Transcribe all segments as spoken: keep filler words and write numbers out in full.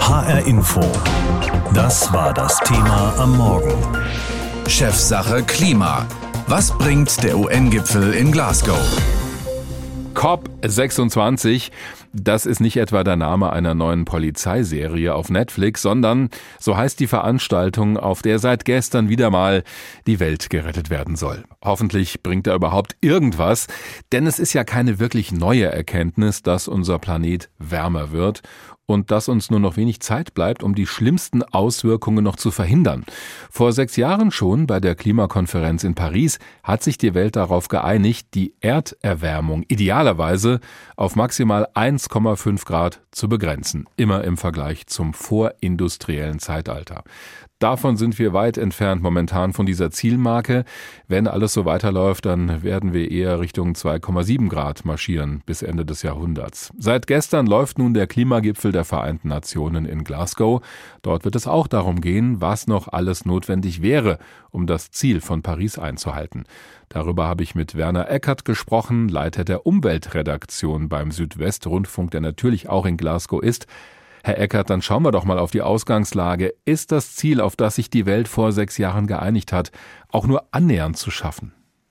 H R Info. Das war das Thema am Morgen. Chefsache Klima. Was bringt der U N-Gipfel in Glasgow? C O P sechsundzwanzig, das ist nicht etwa der Name einer neuen Polizeiserie auf Netflix, sondern so heißt die Veranstaltung, auf der seit gestern wieder mal die Welt gerettet werden soll. Hoffentlich bringt er überhaupt irgendwas, denn es ist ja keine wirklich neue Erkenntnis, dass unser Planet wärmer wird und dass uns nur noch wenig Zeit bleibt, um die schlimmsten Auswirkungen noch zu verhindern. Vor sechs Jahren schon bei der Klimakonferenz in Paris hat sich die Welt darauf geeinigt, die Erderwärmung idealerweise auf maximal eins Komma fünf Grad zu begrenzen, immer im Vergleich zum vorindustriellen Zeitalter. Davon sind wir weit entfernt momentan von dieser Zielmarke. Wenn alles so weiterläuft, dann werden wir eher Richtung zwei Komma sieben Grad marschieren bis Ende des Jahrhunderts. Seit gestern läuft nun der Klimagipfel der Vereinten Nationen in Glasgow. Dort wird es auch darum gehen, was noch alles notwendig wäre, um das Ziel von Paris einzuhalten. Darüber habe ich mit Werner Eckert gesprochen, Leiter der Umweltredaktion beim Südwestrundfunk, der natürlich auch in Glasgow ist. Herr Eckert, dann schauen wir doch mal auf die Ausgangslage. Ist das Ziel, auf das sich die Welt vor sechs Jahren geeinigt hat, auch nur annähernd zu schaffen?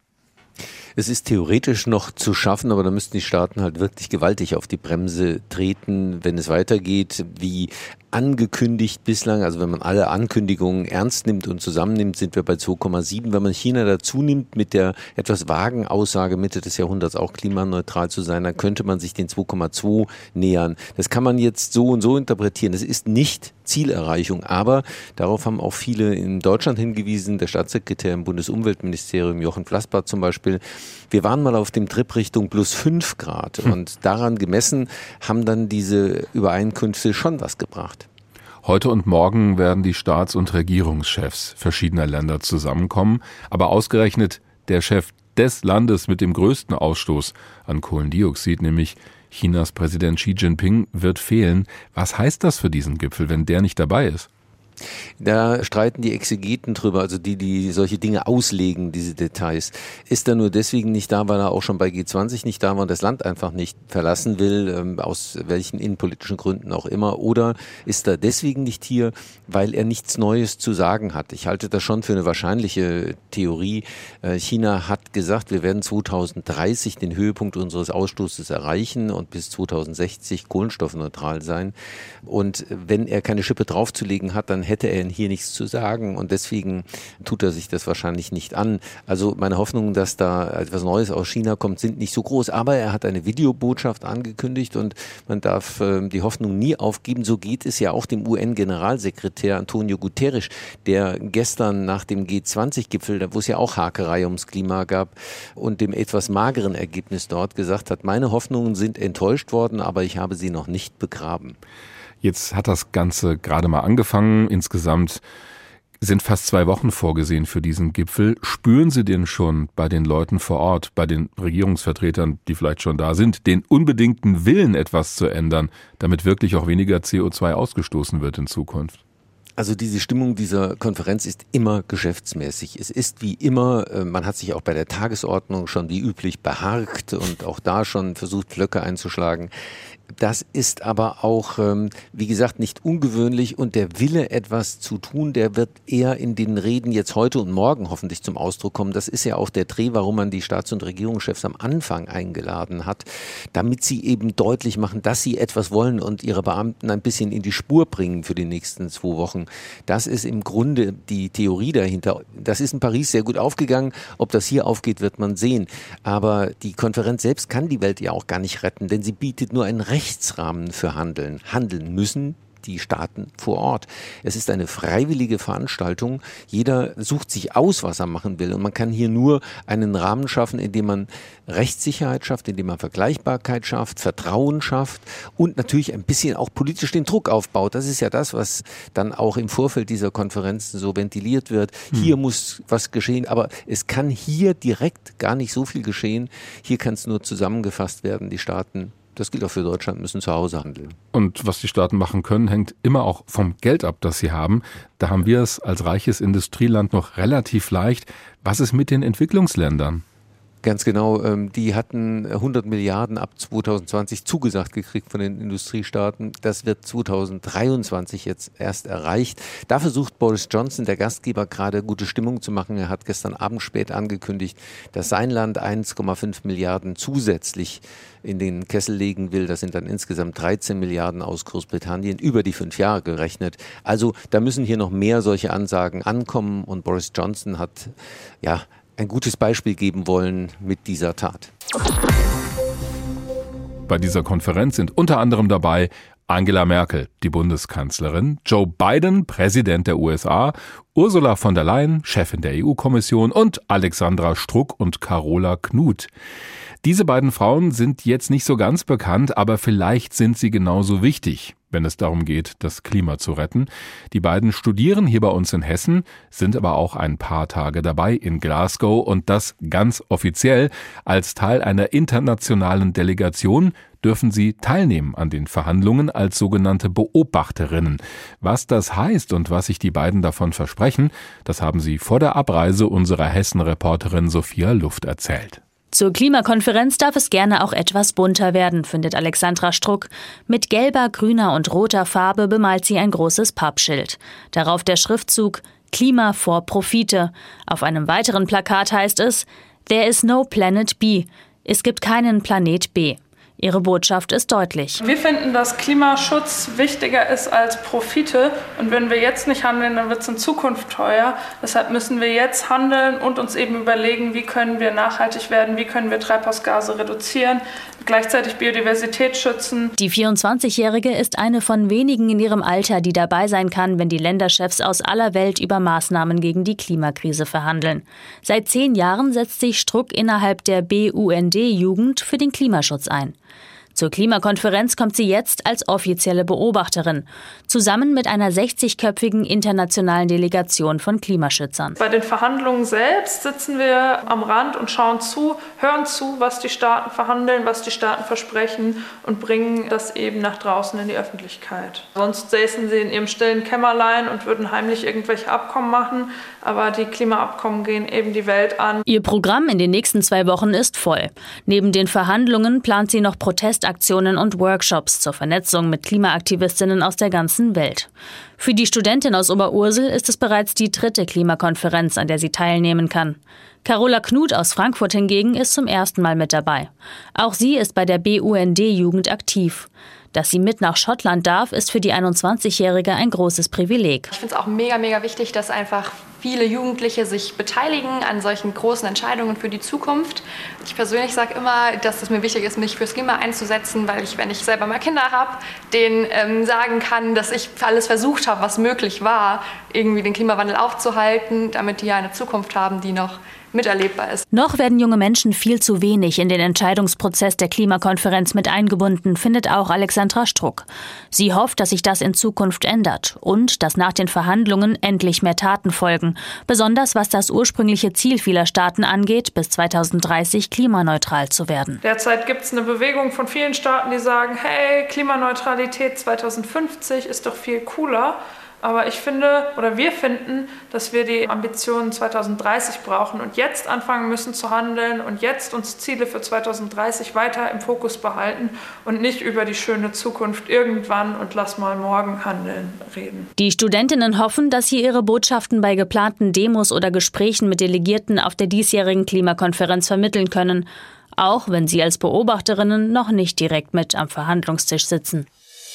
Es ist theoretisch noch zu schaffen, aber da müssten die Staaten halt wirklich gewaltig auf die Bremse treten, wenn es weitergeht, wie angekündigt bislang. Also wenn man alle Ankündigungen ernst nimmt und zusammennimmt, sind wir bei zwei Komma sieben. Wenn man China dazu nimmt mit der etwas vagen Aussage, Mitte des Jahrhunderts auch klimaneutral zu sein, dann könnte man sich den zwei Komma zwei nähern. Das kann man jetzt so und so interpretieren. Das ist nicht Zielerreichung, aber darauf haben auch viele in Deutschland hingewiesen, der Staatssekretär im Bundesumweltministerium, Jochen Flassbart zum Beispiel. Wir waren mal auf dem Trip Richtung plus fünf Grad und daran gemessen haben dann diese Übereinkünfte schon was gebracht. Heute und morgen werden die Staats- und Regierungschefs verschiedener Länder zusammenkommen, aber ausgerechnet der Chef des Landes mit dem größten Ausstoß an Kohlendioxid, nämlich Chinas Präsident Xi Jinping, wird fehlen. Was heißt das für diesen Gipfel, wenn der nicht dabei ist? Da streiten die Exegeten drüber, also die, die solche Dinge auslegen, diese Details. Ist er nur deswegen nicht da, weil er auch schon bei G zwanzig nicht da war und das Land einfach nicht verlassen will, ähm, aus welchen innenpolitischen Gründen auch immer, oder ist er deswegen nicht hier, weil er nichts Neues zu sagen hat? Ich halte das schon für eine wahrscheinliche Theorie. Äh, China hat gesagt, wir werden zweitausenddreißig den Höhepunkt unseres Ausstoßes erreichen und bis zweitausendsechzig kohlenstoffneutral sein. Und wenn er keine Schippe draufzulegen hat, dann hätte er hier nichts zu sagen und deswegen tut er sich das wahrscheinlich nicht an. Also meine Hoffnungen, dass da etwas Neues aus China kommt, sind nicht so groß, aber er hat eine Videobotschaft angekündigt und man darf äh, die Hoffnung nie aufgeben. So geht es ja auch dem U N-Generalsekretär Antonio Guterres, der gestern nach dem G zwanzig Gipfel, wo es ja auch Hakerei ums Klima gab und dem etwas mageren Ergebnis dort gesagt hat, meine Hoffnungen sind enttäuscht worden, aber ich habe sie noch nicht begraben. Jetzt hat das Ganze gerade mal angefangen. Insgesamt sind fast zwei Wochen vorgesehen für diesen Gipfel. Spüren Sie denn schon bei den Leuten vor Ort, bei den Regierungsvertretern, die vielleicht schon da sind, den unbedingten Willen, etwas zu ändern, damit wirklich auch weniger C O zwei ausgestoßen wird in Zukunft? Also diese Stimmung dieser Konferenz ist immer geschäftsmäßig. Es ist wie immer, man hat sich auch bei der Tagesordnung schon wie üblich beharkt und auch da schon versucht, Pflöcke einzuschlagen. Das ist aber auch, wie gesagt, nicht ungewöhnlich und der Wille, etwas zu tun, der wird eher in den Reden jetzt heute und morgen hoffentlich zum Ausdruck kommen. Das ist ja auch der Dreh, warum man die Staats- und Regierungschefs am Anfang eingeladen hat, damit sie eben deutlich machen, dass sie etwas wollen und ihre Beamten ein bisschen in die Spur bringen für die nächsten zwei Wochen. Das ist im Grunde die Theorie dahinter. Das ist in Paris sehr gut aufgegangen. Ob das hier aufgeht, wird man sehen. Aber die Konferenz selbst kann die Welt ja auch gar nicht retten, denn sie bietet nur einen Rechtsrahmen für Handeln. Handeln müssen die Staaten vor Ort. Es ist eine freiwillige Veranstaltung. Jeder sucht sich aus, was er machen will. Und man kann hier nur einen Rahmen schaffen, indem man Rechtssicherheit schafft, indem man Vergleichbarkeit schafft, Vertrauen schafft und natürlich ein bisschen auch politisch den Druck aufbaut. Das ist ja das, was dann auch im Vorfeld dieser Konferenzen so ventiliert wird. Hm. Hier muss was geschehen, aber es kann hier direkt gar nicht so viel geschehen. Hier kann es nur zusammengefasst werden, die Staaten. Das gilt auch für Deutschland, müssen zu Hause handeln. Und was die Staaten machen können, hängt immer auch vom Geld ab, das sie haben. Da haben wir es als reiches Industrieland noch relativ leicht. Was ist mit den Entwicklungsländern? Ganz genau. Die hatten hundert Milliarden ab zweitausendzwanzig zugesagt gekriegt von den Industriestaaten. Das wird zweitausenddreiundzwanzig jetzt erst erreicht. Da versucht Boris Johnson, der Gastgeber, gerade gute Stimmung zu machen. Er hat gestern Abend spät angekündigt, dass sein Land eins Komma fünf Milliarden zusätzlich in den Kessel legen will. Das sind dann insgesamt dreizehn Milliarden aus Großbritannien über die fünf Jahre gerechnet. Also da müssen hier noch mehr solche Ansagen ankommen und Boris Johnson hat ja ein gutes Beispiel geben wollen mit dieser Tat. Bei dieser Konferenz sind unter anderem dabei Angela Merkel, die Bundeskanzlerin, Joe Biden, Präsident der U S A, Ursula von der Leyen, Chefin der E U-Kommission und Alexandra Struck und Carola Knut. Diese beiden Frauen sind jetzt nicht so ganz bekannt, aber vielleicht sind sie genauso wichtig, wenn es darum geht, das Klima zu retten. Die beiden studieren hier bei uns in Hessen, sind aber auch ein paar Tage dabei in Glasgow und das ganz offiziell. Als Teil einer internationalen Delegation dürfen sie teilnehmen an den Verhandlungen als sogenannte Beobachterinnen. Was das heißt und was sich die beiden davon versprechen, das haben sie vor der Abreise unserer Hessen-Reporterin Sophia Luft erzählt. Zur Klimakonferenz darf es gerne auch etwas bunter werden, findet Alexandra Struck. Mit gelber, grüner und roter Farbe bemalt sie ein großes Pappschild. Darauf der Schriftzug Klima vor Profite. Auf einem weiteren Plakat heißt es There is no planet B. Es gibt keinen Planet B. Ihre Botschaft ist deutlich. Wir finden, dass Klimaschutz wichtiger ist als Profite. Und wenn wir jetzt nicht handeln, dann wird es in Zukunft teuer. Deshalb müssen wir jetzt handeln und uns eben überlegen, wie können wir nachhaltig werden, wie können wir Treibhausgase reduzieren, gleichzeitig Biodiversität schützen. Die vierundzwanzigjährige ist eine von wenigen in ihrem Alter, die dabei sein kann, wenn die Länderchefs aus aller Welt über Maßnahmen gegen die Klimakrise verhandeln. Seit zehn Jahren setzt sich Struck innerhalb der B U N D-Jugend für den Klimaschutz ein. Zur Klimakonferenz kommt sie jetzt als offizielle Beobachterin, zusammen mit einer sechzigköpfigen internationalen Delegation von Klimaschützern. Bei den Verhandlungen selbst sitzen wir am Rand und schauen zu, hören zu, was die Staaten verhandeln, was die Staaten versprechen und bringen das eben nach draußen in die Öffentlichkeit. Sonst säßen sie in ihrem stillen Kämmerlein und würden heimlich irgendwelche Abkommen machen, aber die Klimaabkommen gehen eben die Welt an. Ihr Programm in den nächsten zwei Wochen ist voll. Neben den Verhandlungen plant sie noch Protestaktionen und Workshops zur Vernetzung mit Klimaaktivistinnen aus der ganzen Welt. Für die Studentin aus Oberursel ist es bereits die dritte Klimakonferenz, an der sie teilnehmen kann. Carola Knut aus Frankfurt hingegen ist zum ersten Mal mit dabei. Auch sie ist bei der B U N D-Jugend aktiv. Dass sie mit nach Schottland darf, ist für die einundzwanzigjährige ein großes Privileg. Ich finde es auch mega, mega wichtig, dass einfach viele Jugendliche sich beteiligen an solchen großen Entscheidungen für die Zukunft. Ich persönlich sage immer, dass es mir wichtig ist, mich fürs Klima einzusetzen, weil ich, wenn ich selber mal Kinder habe, denen ähm, sagen kann, dass ich alles versucht habe, was möglich war, irgendwie den Klimawandel aufzuhalten, damit die eine Zukunft haben, die noch miterlebbar ist. Noch werden junge Menschen viel zu wenig in den Entscheidungsprozess der Klimakonferenz mit eingebunden, findet auch Alexandra Struck. Sie hofft, dass sich das in Zukunft ändert und dass nach den Verhandlungen endlich mehr Taten folgen, besonders was das ursprüngliche Ziel vieler Staaten angeht, bis zweitausenddreißig klimaneutral zu werden. Derzeit gibt es eine Bewegung von vielen Staaten, die sagen, hey, Klimaneutralität zweitausendfünfzig ist doch viel cooler. Aber ich finde, oder wir finden, dass wir die Ambitionen zweitausenddreißig brauchen und jetzt anfangen müssen zu handeln und jetzt uns Ziele für zweitausenddreißig weiter im Fokus behalten und nicht über die schöne Zukunft irgendwann und lass mal morgen handeln reden. Die Studentinnen hoffen, dass sie ihre Botschaften bei geplanten Demos oder Gesprächen mit Delegierten auf der diesjährigen Klimakonferenz vermitteln können, auch wenn sie als Beobachterinnen noch nicht direkt mit am Verhandlungstisch sitzen.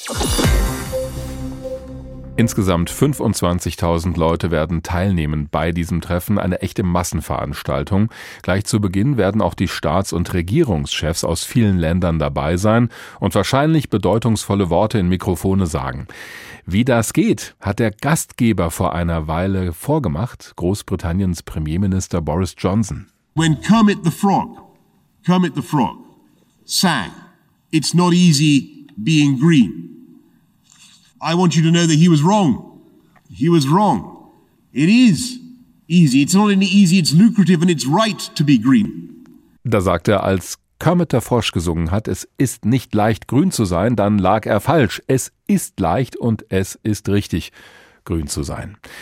Insgesamt fünfundzwanzigtausend Leute werden teilnehmen bei diesem Treffen, eine echte Massenveranstaltung. Gleich zu Beginn werden auch die Staats- und Regierungschefs aus vielen Ländern dabei sein und wahrscheinlich bedeutungsvolle Worte in Mikrofone sagen. Wie das geht, hat der Gastgeber vor einer Weile vorgemacht, Großbritanniens Premierminister Boris Johnson. When Kermit the Frog, Kermit the Frog, sang, "It's not easy being green," I want you to know that he was wrong. He was wrong. It is easy. It's not only easy, it's lucrative and it's right to be green. Da sagt er, als Kermit der Frosch gesungen hat, es ist nicht leicht, grün zu sein, dann lag er falsch. Es ist leicht und es ist richtig, grün zu sein.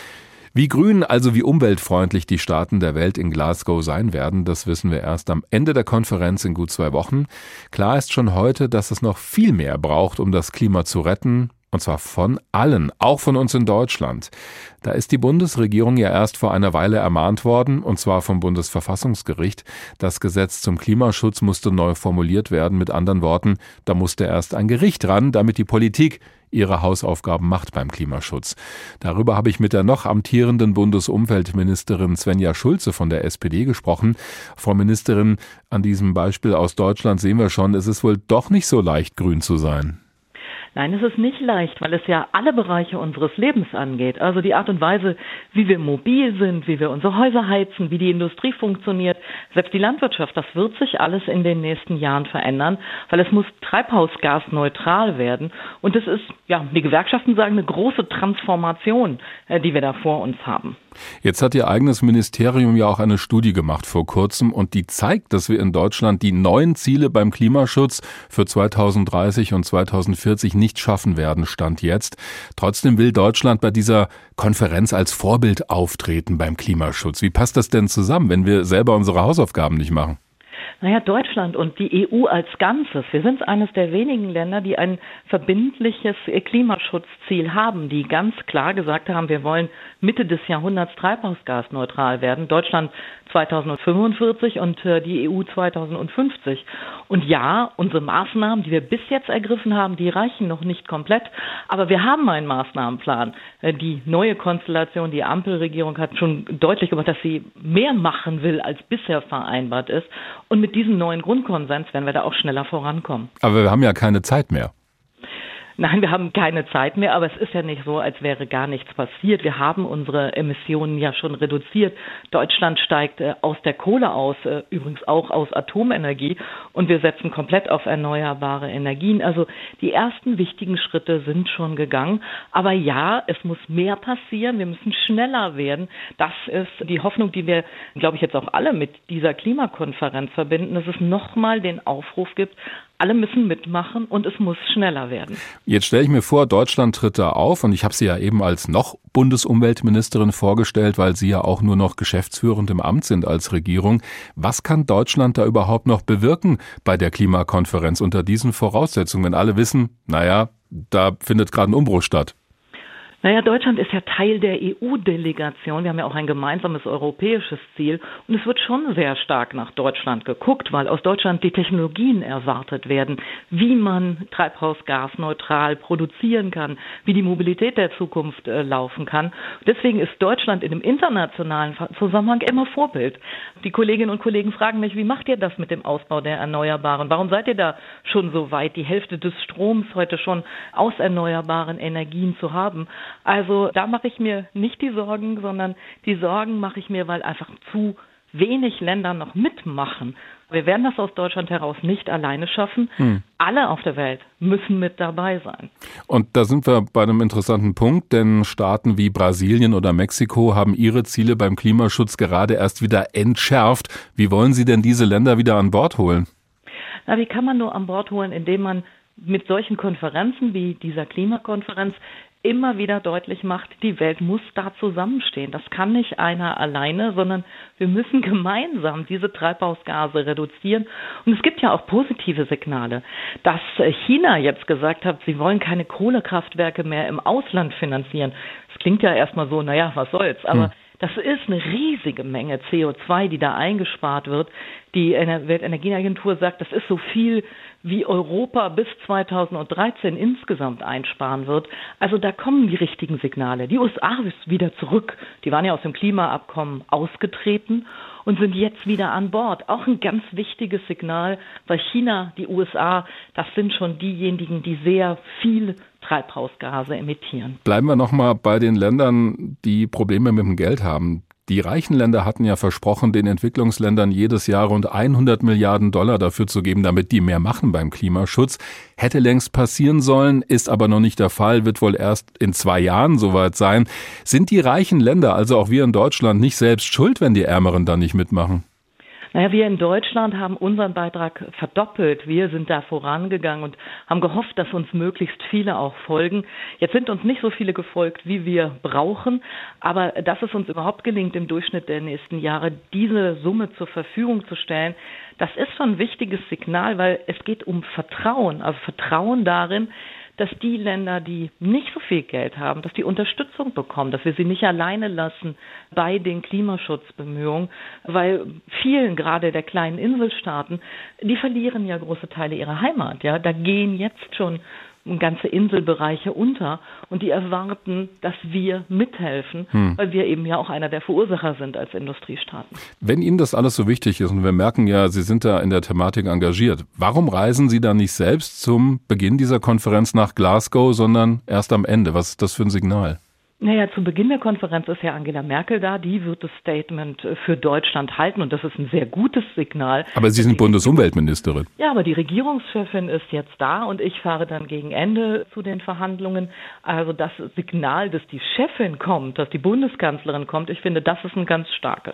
Wie grün, also wie umweltfreundlich die Staaten der Welt in Glasgow sein werden, das wissen wir erst am Ende der Konferenz in gut zwei Wochen. Klar ist schon heute, dass es noch viel mehr braucht, um das Klima zu retten. Und zwar von allen, auch von uns in Deutschland. Da ist die Bundesregierung ja erst vor einer Weile ermahnt worden, und zwar vom Bundesverfassungsgericht. Das Gesetz zum Klimaschutz musste neu formuliert werden. Mit anderen Worten, da musste erst ein Gericht ran, damit die Politik ihre Hausaufgaben macht beim Klimaschutz. Darüber habe ich mit der noch amtierenden Bundesumweltministerin Svenja Schulze von der S P D gesprochen. Frau Ministerin, an diesem Beispiel aus Deutschland sehen wir schon, es ist wohl doch nicht so leicht, grün zu sein. Nein, es ist nicht leicht, weil es ja alle Bereiche unseres Lebens angeht. Also die Art und Weise, wie wir mobil sind, wie wir unsere Häuser heizen, wie die Industrie funktioniert, selbst die Landwirtschaft, das wird sich alles in den nächsten Jahren verändern, weil es muss treibhausgasneutral werden. Und es ist, ja, die Gewerkschaften sagen, eine große Transformation, die wir da vor uns haben. Jetzt hat Ihr eigenes Ministerium ja auch eine Studie gemacht vor kurzem und die zeigt, dass wir in Deutschland die neuen Ziele beim Klimaschutz für zweitausenddreißig und zweitausendvierzig nicht schaffen werden, Stand jetzt. Trotzdem will Deutschland bei dieser Konferenz als Vorbild auftreten beim Klimaschutz. Wie passt das denn zusammen, wenn wir selber unsere Hausaufgaben nicht machen? Naja, Deutschland und die E U als Ganzes. Wir sind eines der wenigen Länder, die ein verbindliches Klimaschutzziel haben, die ganz klar gesagt haben, wir wollen Mitte des Jahrhunderts treibhausgasneutral werden. Deutschland zweitausendfünfundvierzig und äh, die E U zweitausendfünfzig. Und ja, unsere Maßnahmen, die wir bis jetzt ergriffen haben, die reichen noch nicht komplett. Aber wir haben einen Maßnahmenplan. Äh, die neue Konstellation, die Ampelregierung hat schon deutlich gemacht, dass sie mehr machen will, als bisher vereinbart ist. Und mit diesem neuen Grundkonsens werden wir da auch schneller vorankommen. Aber wir haben ja keine Zeit mehr. Nein, wir haben keine Zeit mehr, aber es ist ja nicht so, als wäre gar nichts passiert. Wir haben unsere Emissionen ja schon reduziert. Deutschland steigt äh, aus der Kohle aus, äh, übrigens auch aus Atomenergie, und wir setzen komplett auf erneuerbare Energien. Also die ersten wichtigen Schritte sind schon gegangen. Aber ja, es muss mehr passieren, wir müssen schneller werden. Das ist die Hoffnung, die wir, glaube ich, jetzt auch alle mit dieser Klimakonferenz verbinden, dass es nochmal den Aufruf gibt, alle müssen mitmachen und es muss schneller werden. Jetzt stelle ich mir vor, Deutschland tritt da auf und ich habe Sie ja eben als noch Bundesumweltministerin vorgestellt, weil Sie ja auch nur noch geschäftsführend im Amt sind als Regierung. Was kann Deutschland da überhaupt noch bewirken bei der Klimakonferenz unter diesen Voraussetzungen, wenn alle wissen, naja, da findet gerade ein Umbruch statt? Naja, Deutschland ist ja Teil der E U-Delegation. Wir haben ja auch ein gemeinsames europäisches Ziel. Und es wird schon sehr stark nach Deutschland geguckt, weil aus Deutschland die Technologien erwartet werden, wie man treibhausgasneutral produzieren kann, wie die Mobilität der Zukunft äh, laufen kann. Deswegen ist Deutschland in dem internationalen Zusammenhang immer Vorbild. Die Kolleginnen und Kollegen fragen mich, wie macht ihr das mit dem Ausbau der Erneuerbaren? Warum seid ihr da schon so weit, die Hälfte des Stroms heute schon aus erneuerbaren Energien zu haben? Also da mache ich mir nicht die Sorgen, sondern die Sorgen mache ich mir, weil einfach zu wenig Länder noch mitmachen. Wir werden das aus Deutschland heraus nicht alleine schaffen. Hm. Alle auf der Welt müssen mit dabei sein. Und da sind wir bei einem interessanten Punkt, denn Staaten wie Brasilien oder Mexiko haben ihre Ziele beim Klimaschutz gerade erst wieder entschärft. Wie wollen Sie denn diese Länder wieder an Bord holen? Na, wie kann man nur an Bord holen, indem man mit solchen Konferenzen wie dieser Klimakonferenz immer wieder deutlich macht, die Welt muss da zusammenstehen. Das kann nicht einer alleine, sondern wir müssen gemeinsam diese Treibhausgase reduzieren. Und es gibt ja auch positive Signale, dass China jetzt gesagt hat, sie wollen keine Kohlekraftwerke mehr im Ausland finanzieren. Das klingt ja erstmal so, naja, was soll's, aber hm. Das ist eine riesige Menge C O zwei, die da eingespart wird. Die Weltenergieagentur sagt, das ist so viel, wie Europa bis zweitausenddreizehn insgesamt einsparen wird. Also da kommen die richtigen Signale. Die U S A ist wieder zurück. Die waren ja aus dem Klimaabkommen ausgetreten und sind jetzt wieder an Bord. Auch ein ganz wichtiges Signal, weil China, die U S A, das sind schon diejenigen, die sehr viel Treibhausgase emittieren. Bleiben wir nochmal bei den Ländern, die Probleme mit dem Geld haben. Die reichen Länder hatten ja versprochen, den Entwicklungsländern jedes Jahr rund hundert Milliarden Dollar dafür zu geben, damit die mehr machen beim Klimaschutz. Hätte längst passieren sollen, ist aber noch nicht der Fall, wird wohl erst in zwei Jahren soweit sein. Sind die reichen Länder, also auch wir in Deutschland, nicht selbst schuld, wenn die Ärmeren da nicht mitmachen? Naja, wir in Deutschland haben unseren Beitrag verdoppelt. Wir sind da vorangegangen und haben gehofft, dass uns möglichst viele auch folgen. Jetzt sind uns nicht so viele gefolgt, wie wir brauchen. Aber dass es uns überhaupt gelingt, im Durchschnitt der nächsten Jahre diese Summe zur Verfügung zu stellen, das ist schon ein wichtiges Signal, weil es geht um Vertrauen. Also Vertrauen darin, dass die Länder, die nicht so viel Geld haben, dass die Unterstützung bekommen, dass wir sie nicht alleine lassen bei den Klimaschutzbemühungen, weil vielen, gerade der kleinen Inselstaaten, die verlieren ja große Teile ihrer Heimat. Ja, da gehen jetzt schon ganze Inselbereiche unter und die erwarten, dass wir mithelfen, hm. weil wir eben ja auch einer der Verursacher sind als Industriestaaten. Wenn Ihnen das alles so wichtig ist und wir merken ja, Sie sind da in der Thematik engagiert, warum reisen Sie dann nicht selbst zum Beginn dieser Konferenz nach Glasgow, sondern erst am Ende? Was ist das für ein Signal? Naja, zu Beginn der Konferenz ist ja Angela Merkel da, die wird das Statement für Deutschland halten und das ist ein sehr gutes Signal. Aber Sie sind Bundesumweltministerin. Ja, aber die Regierungschefin ist jetzt da und ich fahre dann gegen Ende zu den Verhandlungen. Also das Signal, dass die Chefin kommt, dass die Bundeskanzlerin kommt, ich finde, das ist ein ganz starkes.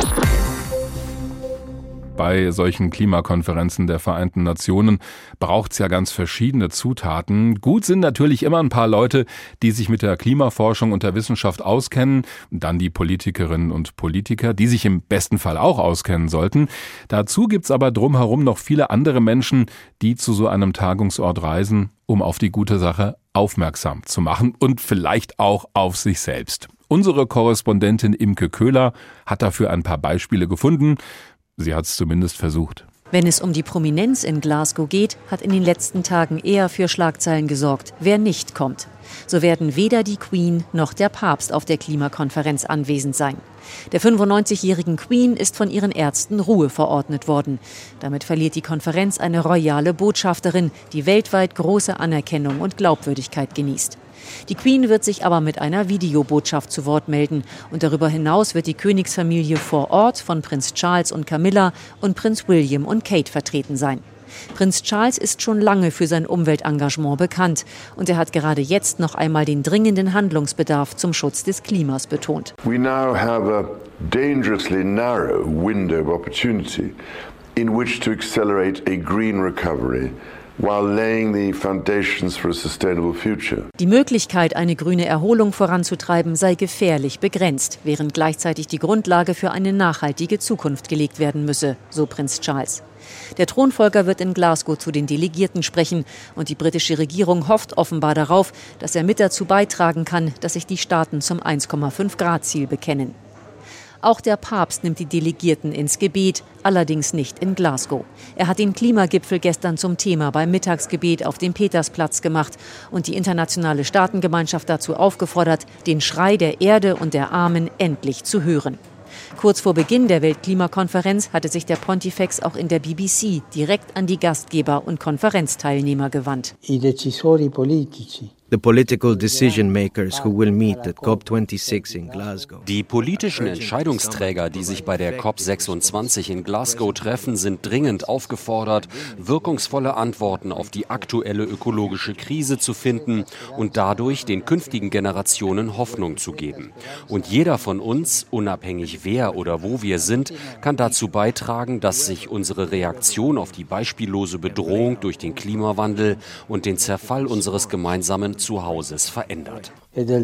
Bei solchen Klimakonferenzen der Vereinten Nationen braucht es ja ganz verschiedene Zutaten. Gut sind natürlich immer ein paar Leute, die sich mit der Klimaforschung und der Wissenschaft auskennen. Dann die Politikerinnen und Politiker, die sich im besten Fall auch auskennen sollten. Dazu gibt's aber drumherum noch viele andere Menschen, die zu so einem Tagungsort reisen, um auf die gute Sache aufmerksam zu machen und vielleicht auch auf sich selbst. Unsere Korrespondentin Imke Köhler hat dafür ein paar Beispiele gefunden. Sie hat es zumindest versucht. Wenn es um die Prominenz in Glasgow geht, hat in den letzten Tagen eher für Schlagzeilen gesorgt, wer nicht kommt. So werden weder die Queen noch der Papst auf der Klimakonferenz anwesend sein. Der fünfundneunzigjährigen Queen ist von ihren Ärzten Ruhe verordnet worden. Damit verliert die Konferenz eine royale Botschafterin, die weltweit große Anerkennung und Glaubwürdigkeit genießt. Die Queen wird sich aber mit einer Videobotschaft zu Wort melden. Und darüber hinaus wird die Königsfamilie vor Ort von Prinz Charles und Camilla und Prinz William und Kate vertreten sein. Prinz Charles ist schon lange für sein Umweltengagement bekannt. Und er hat gerade jetzt noch einmal den dringenden Handlungsbedarf zum Schutz des Klimas betont. We now have a dangerously narrow window of opportunity in which to accelerate a green recovery. While laying the foundations for a sustainable future. Die Möglichkeit, eine grüne Erholung voranzutreiben, sei gefährlich begrenzt, während gleichzeitig die Grundlage für eine nachhaltige Zukunft gelegt werden müsse, so Prinz Charles. Der Thronfolger wird in Glasgow zu den Delegierten sprechen und die britische Regierung hofft offenbar darauf, dass er mit dazu beitragen kann, dass sich die Staaten zum eins Komma fünf Grad Ziel bekennen. Auch der Papst nimmt die Delegierten ins Gebet, allerdings nicht in Glasgow. Er hat den Klimagipfel gestern zum Thema beim Mittagsgebet auf dem Petersplatz gemacht und die internationale Staatengemeinschaft dazu aufgefordert, den Schrei der Erde und der Armen endlich zu hören. Kurz vor Beginn der Weltklimakonferenz hatte sich der Pontifex auch in der B B C direkt an die Gastgeber und Konferenzteilnehmer gewandt. I decisori politici. The political decision makers who will meet at COP twenty-six in Glasgow. Die politischen Entscheidungsträger, die sich bei der COP sechsundzwanzig in Glasgow treffen, sind dringend aufgefordert, wirkungsvolle Antworten auf die aktuelle ökologische Krise zu finden und dadurch den künftigen Generationen Hoffnung zu geben. Und jeder von uns, unabhängig wer oder wo wir sind, kann dazu beitragen, dass sich unsere Reaktion auf die beispiellose Bedrohung durch den Klimawandel und den Zerfall unseres gemeinsamen Zuhauses verändert.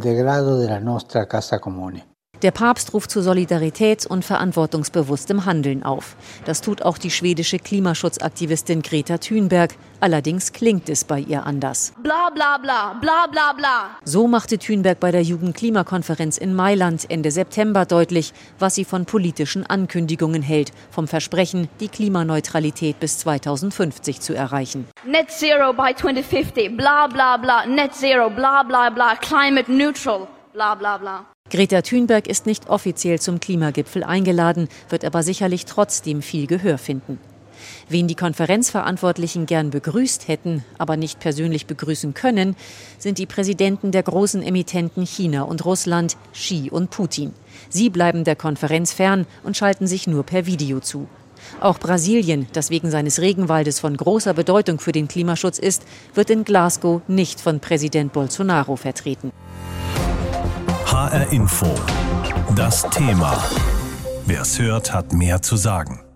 Der Papst ruft zu Solidarität und verantwortungsbewusstem Handeln auf. Das tut auch die schwedische Klimaschutzaktivistin Greta Thunberg. Allerdings klingt es bei ihr anders. Bla bla bla, bla bla bla. So machte Thunberg bei der Jugendklimakonferenz in Mailand Ende September deutlich, was sie von politischen Ankündigungen hält, vom Versprechen, die Klimaneutralität bis zweitausendfünfzig zu erreichen. Net zero by twenty fifty, bla bla bla, net zero, bla bla bla, climate neutral, bla bla bla. Greta Thunberg ist nicht offiziell zum Klimagipfel eingeladen, wird aber sicherlich trotzdem viel Gehör finden. Wen die Konferenzverantwortlichen gern begrüßt hätten, aber nicht persönlich begrüßen können, sind die Präsidenten der großen Emittenten China und Russland, Xi und Putin. Sie bleiben der Konferenz fern und schalten sich nur per Video zu. Auch Brasilien, das wegen seines Regenwaldes von großer Bedeutung für den Klimaschutz ist, wird in Glasgow nicht von Präsident Bolsonaro vertreten. H R Info. Das Thema. Wer es hört, hat mehr zu sagen.